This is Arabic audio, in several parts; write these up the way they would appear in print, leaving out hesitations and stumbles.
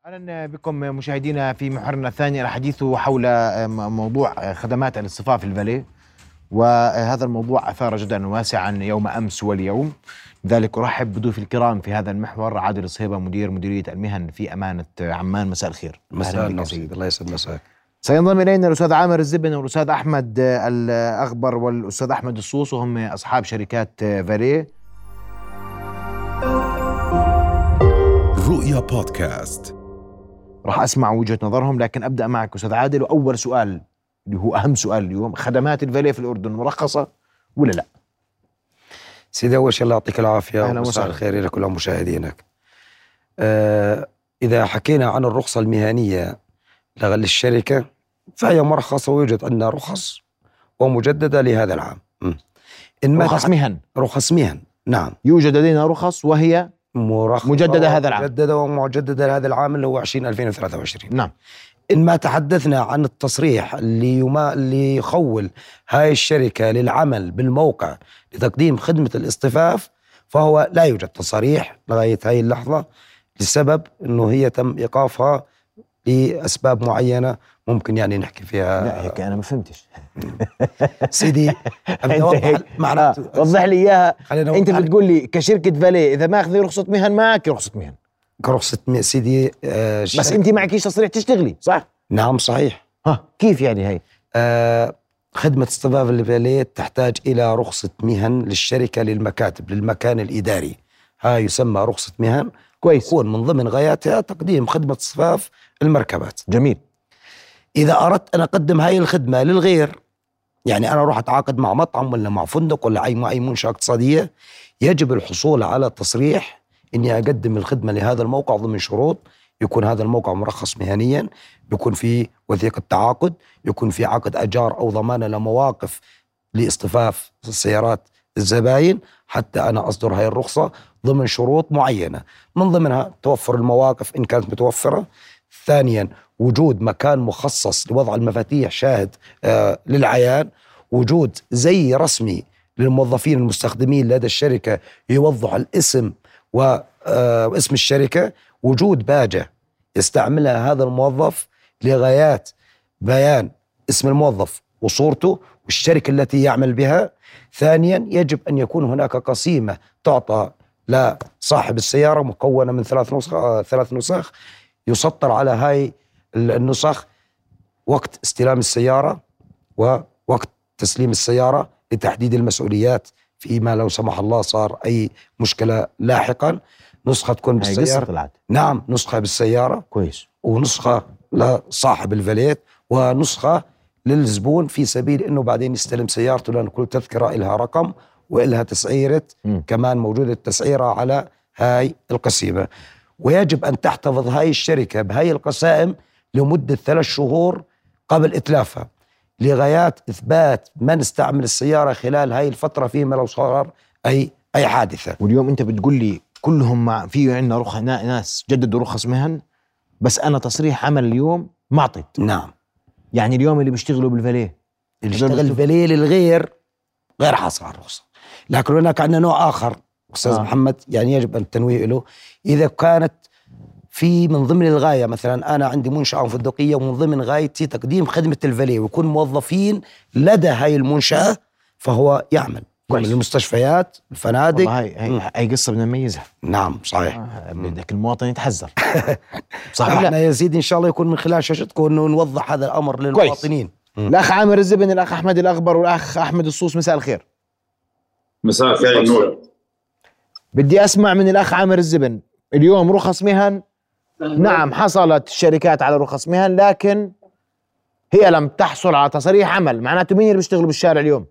أهلا بكم مشاهدينا في محورنا الثاني. الحديث حول موضوع خدمات الاصطفاف في الفاليه، وهذا الموضوع أثار جدلا واسعا يوم أمس واليوم. لذلك أرحب بضيوف الكرام في هذا المحور. عادل الصهيبة مديرية المهن في أمانة عمان، مساء الخير. مساء النور، الله يسعد مساك. سينضم إلينا الأستاذ عامر الزبن والأستاذ أحمد الأغبر والأستاذ أحمد الصوص، وهم أصحاب شركات فاليه. رؤيا بودكاست. راح أسمع وجهة نظرهم، لكن أبدأ معك أستاذ عادل. وأول سؤال اللي هو أهم سؤال اليوم: خدمات الفاليه في الأردن مرخصة ولا لا؟ سيدي، أول شيء الله يعطيك العافية ومساء الخير لكل مشاهدينك. إذا حكينا عن الرخصة المهنية للشركة فهي مرخصة، ويوجد عندنا رخص ومجددة لهذا العام. رخص مهن، نعم، يوجد لدينا رخص وهي مجددة هذا العام، مجددة ومجددة لهذا العام اللي هو 2023. نعم. إن ما تحدثنا عن التصريح اللي يخول هاي الشركة للعمل بالموقع لتقديم خدمة الاصطفاف، فهو لا يوجد تصريح لغاية هاي اللحظة، لسبب أنه هي تم إيقافها لأسباب معينة ممكن يعني نحكي فيها. لا هيك أنا ما فهمتش. سيدي وضح لي إياها. أنت بتقول لي كشركة فاليه إذا ما أخذ رخصة مهن معك رخصة مهن كرخصة سيدي. بس أنت معكيش تصريح تشتغلي، صح؟ نعم صحيح. كيف يعني هاي؟ خدمة اصطفاف الفاليه تحتاج إلى رخصة مهن للشركة، للمكاتب، للمكان الإداري. هاي يسمى رخصة مهن. كويس. يكون من ضمن غاياتها تقديم خدمة اصطفاف المركبات. جميل. إذا أردت أن أقدم هاي الخدمة للغير، يعني أنا أروح أتعاقد مع مطعم ولا مع فندق ولا أي منشأة اقتصادية، يجب الحصول على تصريح إني أقدم الخدمة لهذا الموقع ضمن شروط. يكون هذا الموقع مرخص مهنيا، يكون فيه وثيقة تعاقد، يكون فيه عقد أجار أو ضمانة لمواقف لاصطفاف السيارات الزباين، حتى أنا أصدر هاي الرخصة ضمن شروط معينة، من ضمنها توفر المواقف إن كانت متوفرة. ثانيا، وجود مكان مخصص لوضع المفاتيح شاهد للعيان، وجود زي رسمي للموظفين المستخدمين لدى الشركة يوضح الاسم واسم الشركة، وجود باجة يستعملها هذا الموظف لغايات بيان اسم الموظف وصورته والشركة التي يعمل بها. ثانيا، يجب أن يكون هناك قسيمة تعطى لصاحب السيارة مكونة من ثلاث نسخ، يسطر على هاي النسخ وقت استلام السيارة ووقت تسليم السيارة لتحديد المسؤوليات فيما لو سمح الله صار أي مشكلة لاحقا. نسخة تكون بالسيارة، نعم، نسخة بالسيارة. كويس. ونسخة لصاحب الفاليه، ونسخة للزبون في سبيل أنه بعدين يستلم سيارته، لأن كل تذكرة إلها رقم وإلها تسعيرة. كمان موجودة التسعيرة على هاي القسيمة. ويجب أن تحتفظ هاي الشركة بهاي القسائم لمدة 3 شهور قبل إتلافها، لغايات إثبات من استعمل السيارة خلال هاي الفترة فيما لو صار أي حادثة. واليوم أنت بتقول لي كلهم في عندنا ناس جددوا رخص مهن، بس أنا تصريح عمل اليوم ما أعطيت. نعم. يعني اليوم اللي بيشتغلوا بالفاليه، اللي يشتغل فاليه للغير غير حاصل على الرخصة. لكن هناك عندنا نوع آخر أستاذ محمد، يعني يجب أن التنويه له. إذا كانت في من ضمن الغاية، مثلا أنا عندي منشأة فندقية ومن ضمن غايتي تقديم خدمة الفاليه، ويكون موظفين لدى هاي المنشأة، فهو يعمل من المستشفيات، الفنادق. هاي قصة بدنا نميزها. نعم صحيح. بدك المواطن يتحذر. صحيح. احنا يا سيدي إن شاء الله يكون من خلال شاشتكم إنه نوضح هذا الأمر للمواطنين. الأخ عامر الزبن، الأخ أحمد الأغبر، والأخ أحمد الصوص، مساء الخير. مساء الخير نور. بدي أسمع من الأخ عامر الزبن. اليوم رخص مهن، نعم حصلت الشركات على رخص مهن، لكن هي لم تحصل على تصريح عمل. معناته مين اللي بيشتغلوا بالشارع اليوم؟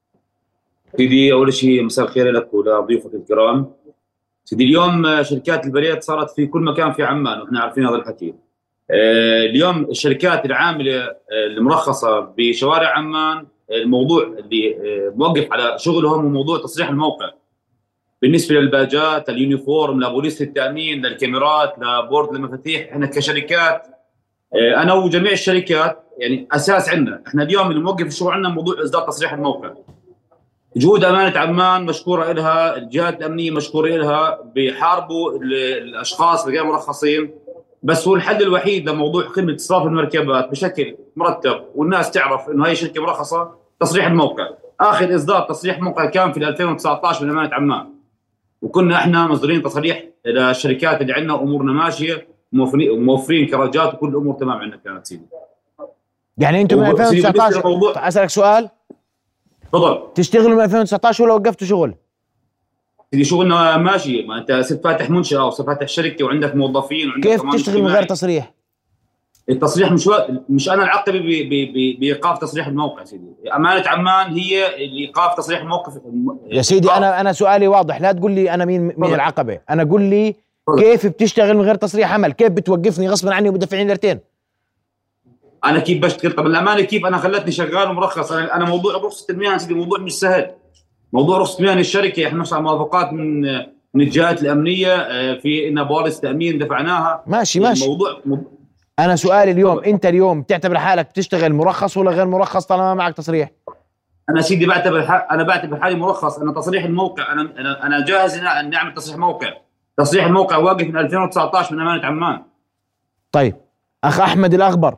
سيدي أول شيء مساء الخير لك ولضيوفك الكرام. سيدي اليوم شركات الفاليه صارت في كل مكان في عمان، وإحنا عارفين هذا الحكي. اليوم الشركات العاملة المرخصة بشوارع عمان، الموضوع اللي موقف على شغلهم وموضوع تصريح الموقع. بالنسبة للباجات، اليونيفورم، لبوليس التأمين، للكاميرات، لبورد المفاتيح، احنا كشركات أنا وجميع الشركات يعني أساس عندنا. احنا اليوم اللي موقف الشغل عندنا موضوع إصدار تصريح الموقع. جهود أمانة عمان مشكورة إلها، الجهات الأمنية مشكورة إلها، بيحاربوا الأشخاص الغير مرخصين بس هو الحل الوحيد لموضوع خدمه اصراف المركبات بشكل مرتب والناس تعرف انه هي شركه مرخصه، تصريح الموقع. اخر اصدار تصريح موقع كان في 2019 من امانه عمان، وكنا احنا مصدرين تصريح للشركات اللي عندنا وامورنا ماشيه، موفرين كراجات وكل الامور تمام عندنا كانت سيدي. يعني انتم من 2019 اسالك سؤال، تفضل. تشتغلوا من 2019 ولا وقفتوا شغل؟ سيدي شغلنا ماشي، ما انت صرت فاتح منشاه وصرت فاتح شركه وعندك موظفين وعندك كيف تشتغل من غير تصريح؟ التصريح مش انا العقبه بايقاف تصريح الموقع سيدي، امانه عمان هي اللي ايقاف تصريح الموقف. يا سيدي انا سؤالي واضح، لا تقول لي انا مين العقبه، انا قول لي كيف بتشتغل من غير تصريح عمل؟ كيف بتوقفني غصبا عني وبدفعني ليرتين؟ انا كيف بشتغل؟ طب الامانه كيف انا خلتني شغال ومرخص؟ انا موضوع رخصه المهن سيدي موضوع مش سهل. موضوع رخصه مهن الشركه احنا نحصل على موافقات من الجهات الامنيه، في إن بوالص تامين دفعناها. ماشي الموضوع انا سؤالي اليوم، انت اليوم بتعتبر حالك بتشتغل مرخص ولا غير مرخص طالما ما معك تصريح؟ انا سيدي بعتبر حالي مرخص. انا تصريح الموقع انا جاهز ان نعمل تصريح موقع. تصريح الموقع واقف من 2019 من امانه عمان. طيب اخ احمد الاغبر.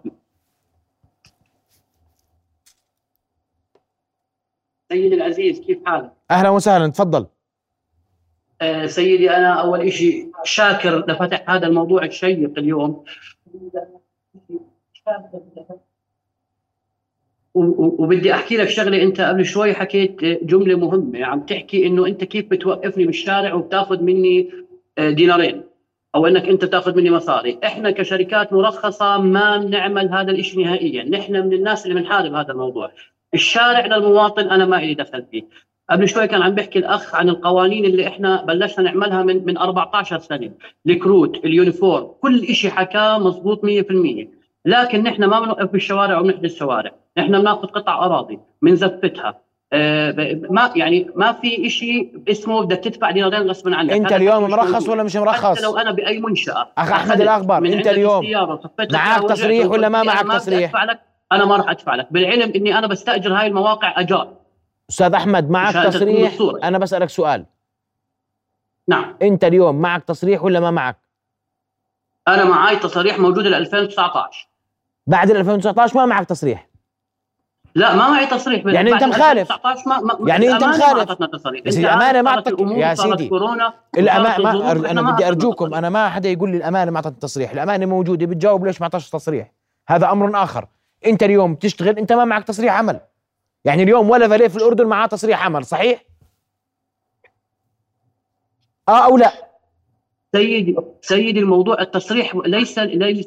سيدي العزيز كيف حالك؟ اهلا وسهلا، تفضل. سيدي انا اول شيء شاكر لفتح هذا الموضوع الشيق اليوم، وبدي احكي لك شغله. انت قبل شوي حكيت جمله مهمه، عم تحكي انه انت كيف بتوقفني بالشارع وبتاخذ مني دينارين، او انك انت تاخذ مني مصاري. احنا كشركات مرخصه ما بنعمل هذا الشيء نهائيا، نحن من الناس اللي بنحارب هذا الموضوع. الشارع للمواطن انا ما لي دخل فيه. قبل شوي كان عم بيحكي الاخ عن القوانين اللي احنا بلشنا نعملها من 14 سنه، الكروت، اليونيفورم، كل شيء حكاه مضبوط 100%. لكن نحن ما بنوقف بالشوارع وبنحدث الشوارع، نحن بناخذ قطع اراضي بنزفتها. ما في شيء اسمه بدك تدفع دينارين غصبا عنك. انت اليوم مرخص ولا مش مرخص؟ حتى لو انا باي منشاه. اخ احمد الاغبر، انت اليوم معك تصريح ولا ما معك تصريح؟ انا ما راح ادفع لك، بالعلم اني انا بستاجر هاي المواقع اجار. استاذ احمد معك تصريح؟ انا بسالك سؤال. نعم. انت اليوم معك تصريح ولا ما معك؟ انا معي تصاريح موجوده ل 2019. بعد 2019 ما معك تصريح؟ لا ما معي تصريح. يعني انت مخالف. يعني انت مخالف. بس الامانه ما اعطتك يا سيدي. الامانه انا بدي ارجوكم، انا ما حدا يقول لي الامانه ما اعطتني تصريح، الامانه موجوده، بتجاوب ليش ما اعطاش تصريح، هذا امر اخر. انت اليوم بتشتغل، انت ما معك تصريح عمل. يعني اليوم ولا فاليه في الاردن معاه تصريح عمل، صحيح؟ او لا؟ سيدي الموضوع التصريح ليس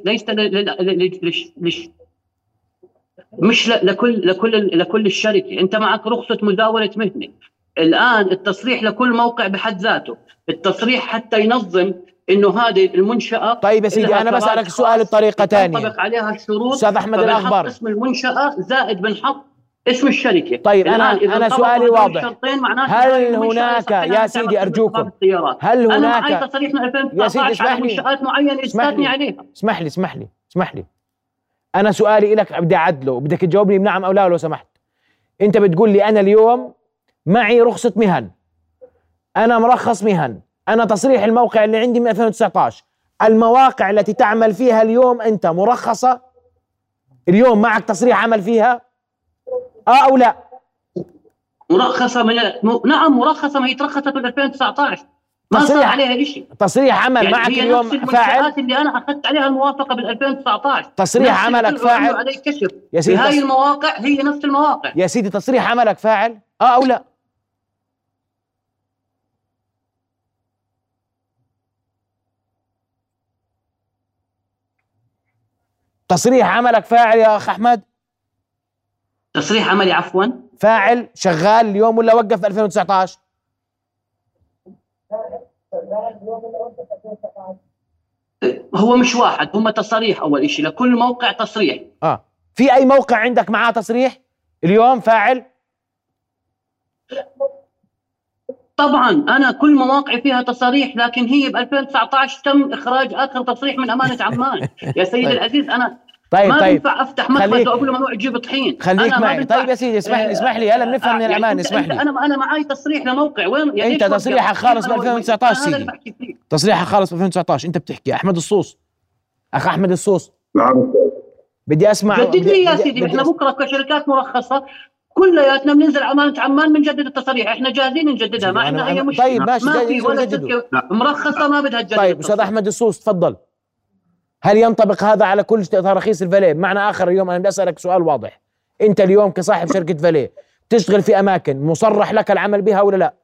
مش لكل الشركه. انت معك رخصه مزاوله مهنه. الان التصريح لكل موقع بحد ذاته، التصريح حتى ينظم انه هذه المنشاه. طيب يا سيدي انا بسالك سؤال بطريقه ثانيه. ينطبق عليها الشروط. استاذ احمد الاغبر، اسم المنشاه زائد بنحط اسم الشركه. طيب انا سؤالي واضح. هل هناك يا سيدي ارجوكم، هل هناك انا معي تصريح من 2019 على منشآت معينه استثني عليها؟ اسمح لي انا سؤالي لك بدي اعدله، بدك تجاوبني بنعم او لا لو سمحت. انت بتقول لي انا اليوم معي رخصه مهن، انا مرخص مهن، انا تصريح الموقع اللي عندي من 2019. المواقع التي تعمل فيها اليوم انت مرخصه؟ اليوم معك تصريح عمل فيها؟ او لا؟ مرخصه نعم مرخصه، ما هي ترخصت من 2019 ما صار عليها شيء. تصريح عمل يعني معك اليوم فاعل؟ اللي انا اخذت عليها الموافقه بال 2019 تصريح عملك فاعل؟ عليك كشف يا سيدي. هاي المواقع هي نفس المواقع يا سيدي. تصريح عملك فاعل؟ او لا؟ تصريح عملك فاعل يا اخ احمد؟ تصريح عملي عفوا فاعل شغال اليوم ولا وقف ب 2019؟ هو مش واحد، هم تصريح. اول شيء لكل موقع تصريح. في اي موقع عندك معاه تصريح اليوم فاعل؟ طبعا انا كل مواقعي فيها تصاريح، لكن هي ب 2019 تم اخراج اخر تصريح من امانه عمان. يا سيدي العزيز انا ما ينفع افتح مخبز واقول له ممنوع تجيب طحين. خليك معي. طيب يا سيدي اسمح لي هلا بنفهم من الامان. اسمح لي انا معي تصريح لموقع. وين انت تصريحك خالص ب 2019 سيدي؟ تصريحك خالص ب 2019. انت بتحكي احمد الصوص، اخ احمد الصوص. نعم. بدي اسمع. جدد لي يا سيدي، احنا بكره كشركات مرخصه كلياتنا بننزل امانه عمان بنجدد التصاريح، احنا جاهزين نجددها، ما عندنا اي مشكله. طيب ماشي، ما في ولا شركه مرخصه ما بدها تجدد. طيب استاذ احمد الصوص تفضل. هل ينطبق هذا على كل تراخيص الفاليه؟ بمعنى اخر اليوم انا بدي اسالك سؤال واضح، انت اليوم كصاحب شركه فاليه تشتغل في اماكن مصرح لك العمل بها ولا لا؟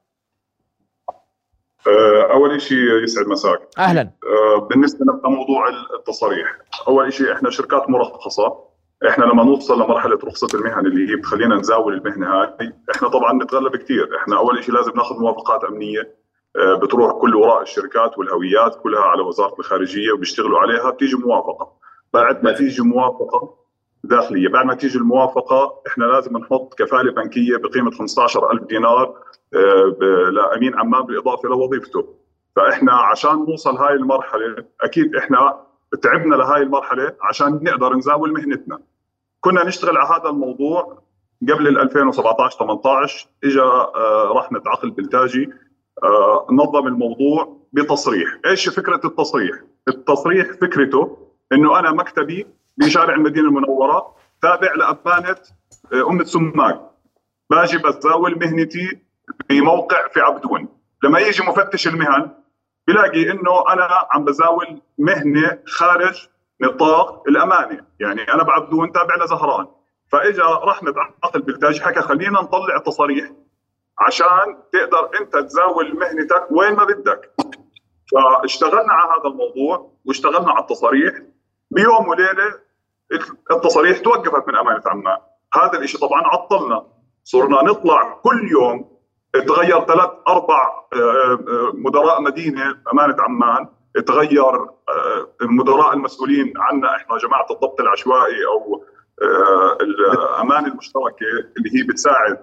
اول شيء يسعد مساك. اهلا. بالنسبه لموضوع التصاريح، اول شيء احنا شركات مرخصه، احنا لما نوصل لمرحله رخصه المهن اللي هي بتخلينا نزاول المهنه هاي، احنا طبعا نتغلب كثير. احنا اول شيء لازم ناخذ موافقات امنيه، بتروح كل وراء الشركات والهويات كلها على وزاره الخارجيه وبيشتغلوا عليها، بتيجي موافقه. بعد ما تيجي موافقه داخليه، بعد ما تيجي الموافقه احنا لازم نحط كفاله بنكيه بقيمه 15,000 دينار لامين عمان بالاضافه لوظيفته. فاحنا عشان نوصل هاي المرحله، اكيد احنا تعبنا لهاي المرحله عشان نقدر نزاول مهنتنا. كنا نشتغل على هذا الموضوع قبل 2017 18، اجى رحمه عقل بلتاجي نظم الموضوع بتصريح. ايش فكره التصريح؟ التصريح فكرته انه انا مكتبي بشارع المدينه المنوره تابع لامانه سماق، باجي بزاول مهنتي بموقع في عبدون. لما يجي مفتش المهن بلاقي انه انا عم بزاول مهنه خارج نطاق الامانه، يعني انا بعبدون تابع لزهران. فاجى رحمه عقل بلتاجي حكى خلينا نطلع تصاريح عشان تقدر انت تزاول مهنتك وين ما بدك. فاشتغلنا على هذا الموضوع واشتغلنا على التصاريح. بيوم وليله التصاريح توقفت من امانه عمان. هذا الشيء طبعا عطلنا، صرنا نطلع كل يوم، تغير 3-4 مدراء مدينه امانه عمان، تغير المدراء المسؤولين عنا احنا جماعه الضبط العشوائي او الامانه المشتركه اللي هي بتساعد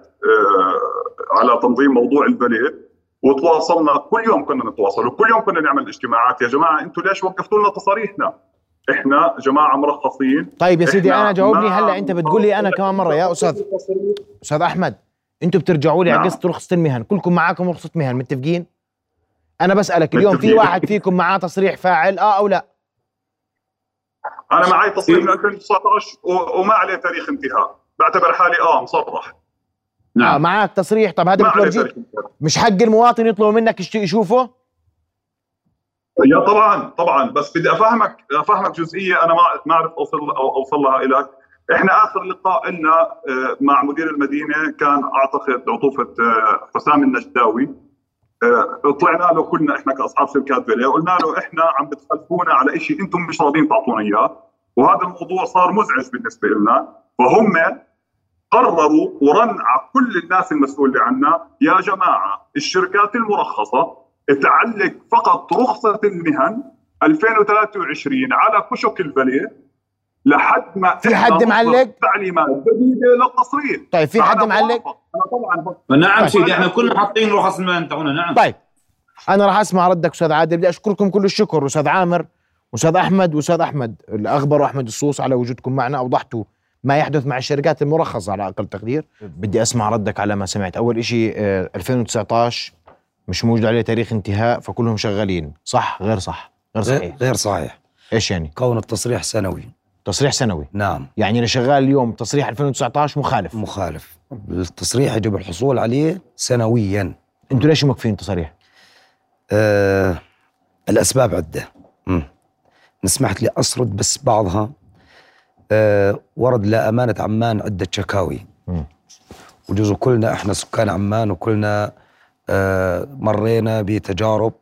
على تنظيم موضوع البلد. وتواصلنا كل يوم، كنا نتواصل وكل يوم كنا نعمل اجتماعات، يا جماعه انتم ليش وقفتوا لنا تصاريحنا؟ احنا جماعه مرخصين. طيب يا سيدي انا جاوبني هلا، انت بتقول لي انا كمان مره يا استاذ احمد، انتم بترجعوا لي على قصه رخصه المهن، كلكم معاكم رخصه مهن متفقين؟ انا بسالك اليوم في واحد فيكم معاه تصريح فاعل او لا؟ انا معي تصريح من 2019 وما عليه تاريخ انتهاء، بعتبر حالي مصرح. نعم معك تصريح. طب هذا بتورجيه، مش حق المواطن يطلبوا منك يشوفه؟ يا طبعا بس بدي افهمك جزئيه انا ما اعرف اوصل لها الك. احنا اخر لقاء لنا مع مدير المدينه كان اعتقد عطوفه حسام النجداوي، طلعنا له كلنا احنا كاصحاب شركات فاليه وقلنا له احنا عم بتخلفونا على شيء انتم مش راضيين تعطونا اياه، وهذا الموضوع صار مزعج بالنسبه لنا. فهم قرروا ورن على كل الناس المسؤوله عنا، يا جماعه الشركات المرخصه تعلق فقط رخصه المهن 2023 على كشك الفاليه لحد ما في حد معلق تعليمات جديده للتصريح. طيب في حد معلق؟ نعم سيدي، احنا كلنا حاطين رخص المهن تاعنا. نعم. طيب انا راح اسمع ردك استاذ عادل. بدي اشكركم كل الشكر استاذ عامر واستاذ احمد واستاذ احمد الاخبر واحمد الصوص على وجودكم معنا، اوضحتوا ما يحدث مع الشركات المرخصه على اقل تقدير. بدي اسمع ردك على ما سمعت. اول شيء 2019 مش موجود عليه تاريخ انتهاء فكلهم شغالين، صح غير صح؟ غير صحيح. غير صحيح. ايش يعني؟ كون التصريح سنوي. تصريح سنوي؟ نعم. يعني اللي شغال اليوم تصريح 2019 مخالف. التصريح يجب الحصول عليه سنويا. انتوا ليش موقفين تصريح؟ الاسباب عده. نسمحت لي اسرد بس بعضها. ورد لامانه عمان عده شكاوي، وجزء كلنا احنا سكان عمان وكلنا مرينا بتجارب،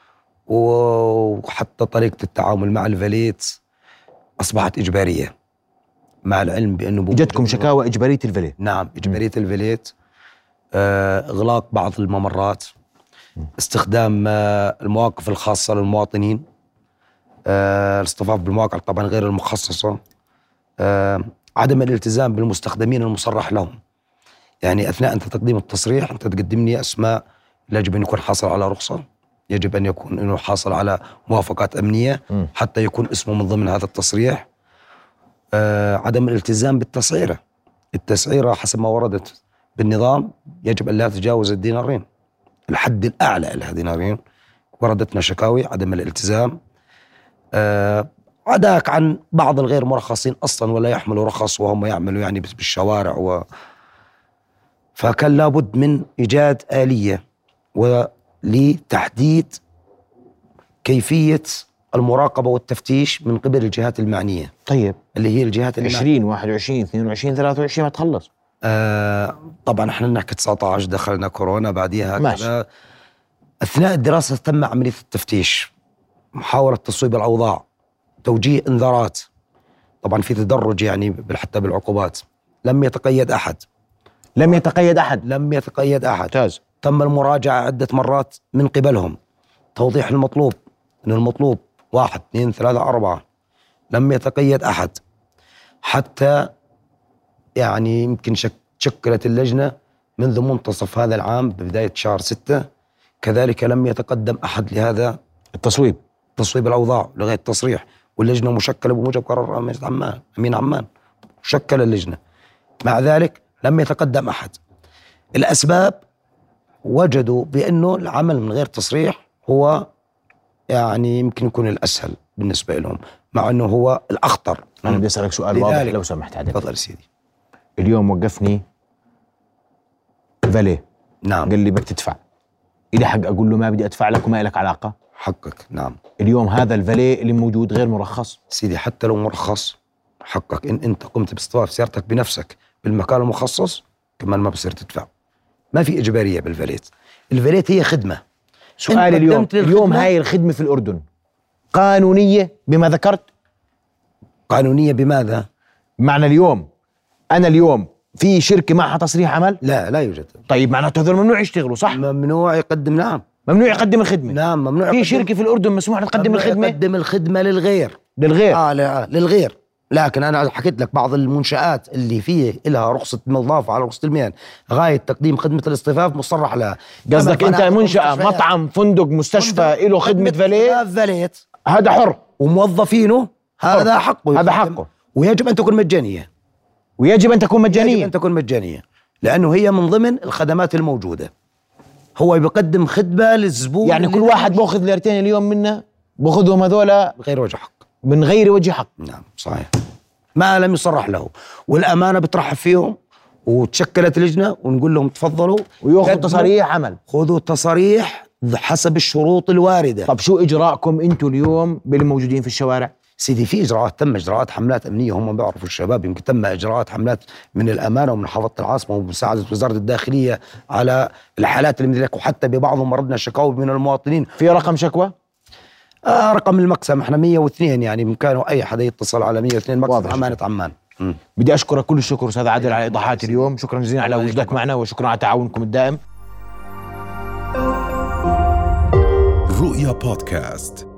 وحتى طريقه التعامل مع الفاليت اصبحت اجباريه، مع العلم بانه جتكم شكاوى اجباريه الفاليت؟ نعم اجباريه الفاليت. اغلاق بعض الممرات، استخدام المواقف الخاصه للمواطنين، الاصطفاف بالمواقع طبعا غير المخصصه، عدم الالتزام بالمستخدمين المصرح لهم. يعني اثناء انت تقديم التصريح انت تقدم لي اسماء يجب ان يكون حاصل على رخصه، يجب ان يكون انه حاصل على موافقات امنيه حتى يكون اسمه من ضمن هذا التصريح. عدم الالتزام بالتسعيره. التسعيره حسب ما وردت بالنظام يجب ان لا تتجاوز الدينارين، الحد الاعلى لها دينارين. وردتنا شكاوي عدم الالتزام. عداك عن بعض الغير مرخصين أصلا ولا يحملوا رخص وهم يعملوا يعني بالشوارع فكان لابد من إيجاد آلية ولتحديد كيفية المراقبة والتفتيش من قبل الجهات المعنية. طيب اللي هي الجهات 20 21 22 23 ما تخلص. طبعا احنا نحكي 19 دخلنا كورونا بعديها ماشي. أثناء الدراسة تم عملية التفتيش، محاولة تصويب الأوضاع، توجيه إنذارات، طبعا في تدرج يعني حتى بالعقوبات. لم يتقيد أحد. ممتاز. تم المراجعة عدة مرات من قبلهم، توضيح المطلوب من المطلوب 1 2 3 4. لم يتقيد أحد حتى يعني يمكن شكلت اللجنة منذ منتصف هذا العام ببداية شهر 6. كذلك لم يتقدم أحد لهذا تصويب الأوضاع لغاية التصريح، واللجنة مشكلة بموجب قرار أمين عمان شكل اللجنة. مع ذلك لم يتقدم أحد. الأسباب وجدوا بأنه العمل من غير تصريح هو يعني يمكن يكون الأسهل بالنسبة لهم، مع أنه هو الأخطر. أنا بدي أسألك سؤال واضح لو سمحت عدل. تفضل سيدي. اليوم وقفني فالي، نعم، قال لي بدك تدفع، إلي حق أقول له ما بدي أدفع لك وما إلك علاقة؟ حقك. نعم. اليوم هذا الفالي اللي موجود غير مرخص سيدي، حتى لو مرخص حقك إن أنت قمت باصطفاف سيارتك بنفسك بالمكان المخصص كمان ما بصير تدفع. ما في إجبارية بالفاليت. الفاليت هي خدمة. سؤال اليوم هاي الخدمة في الأردن قانونية بما ذكرت؟ قانونية بماذا؟ معنى اليوم أنا اليوم في شركة معها تصريح عمل؟ لا يوجد. طيب معناته هذول ممنوع يشتغلوا صح؟ ممنوع يقدم. نعم، ممنوع يقدم الخدمة. نعم، ممنوع في شركة في الأردن مسموح تقدم الخدمة؟ يقدم الخدمة للغير. للغير. لكن أنا حكيت لك بعض المنشآت اللي فيه إلها رخصة موظف على رخصة المهن غاية تقديم خدمة الاصطفاف مصرح لها. قصدك أنت منشأة مطعم فندق مستشفى له خدمة فاليت، هذا حر وموظفينه هذا حقه، ويجب أن تكون مجانية. لأنه هي من ضمن الخدمات الموجودة. هو بيقدم خدمة للزبون، يعني كل واحد بأخذ ليرتين اليوم منه بأخذهم هذولا من غير وجه حق. نعم صحيح، ما لم يصرح له. والأمانة بترحب فيهم وتشكلت لجنة ونقول لهم تفضلوا ويأخذوا تصاريح عمل، خذوا تصاريح حسب الشروط الواردة. طب شو إجراءكم أنتوا اليوم بالموجودين في الشوارع؟ سيدي في إجراءات، تم إجراءات حملات أمنية، هم بيعرفوا الشباب، يمكن تم إجراءات حملات من الأمانة ومن حافظة العاصمة وبمساعدة وزارة الداخلية على الحالات اللي مثلك، وحتى ببعضهم مردنا شكاوى من المواطنين. في رقم شكوى؟ رقم المقسم احنا 102، يعني بإمكانه أي حدا يتصل على 102 مقسم أمانة عمان. بدي أشكرك كل الشكر أستاذ عادل على إيضاحات اليوم. شكرا جزيلا على وجودك معنا، وشكرا على تعاونكم الدائم. رؤيا بودكاست.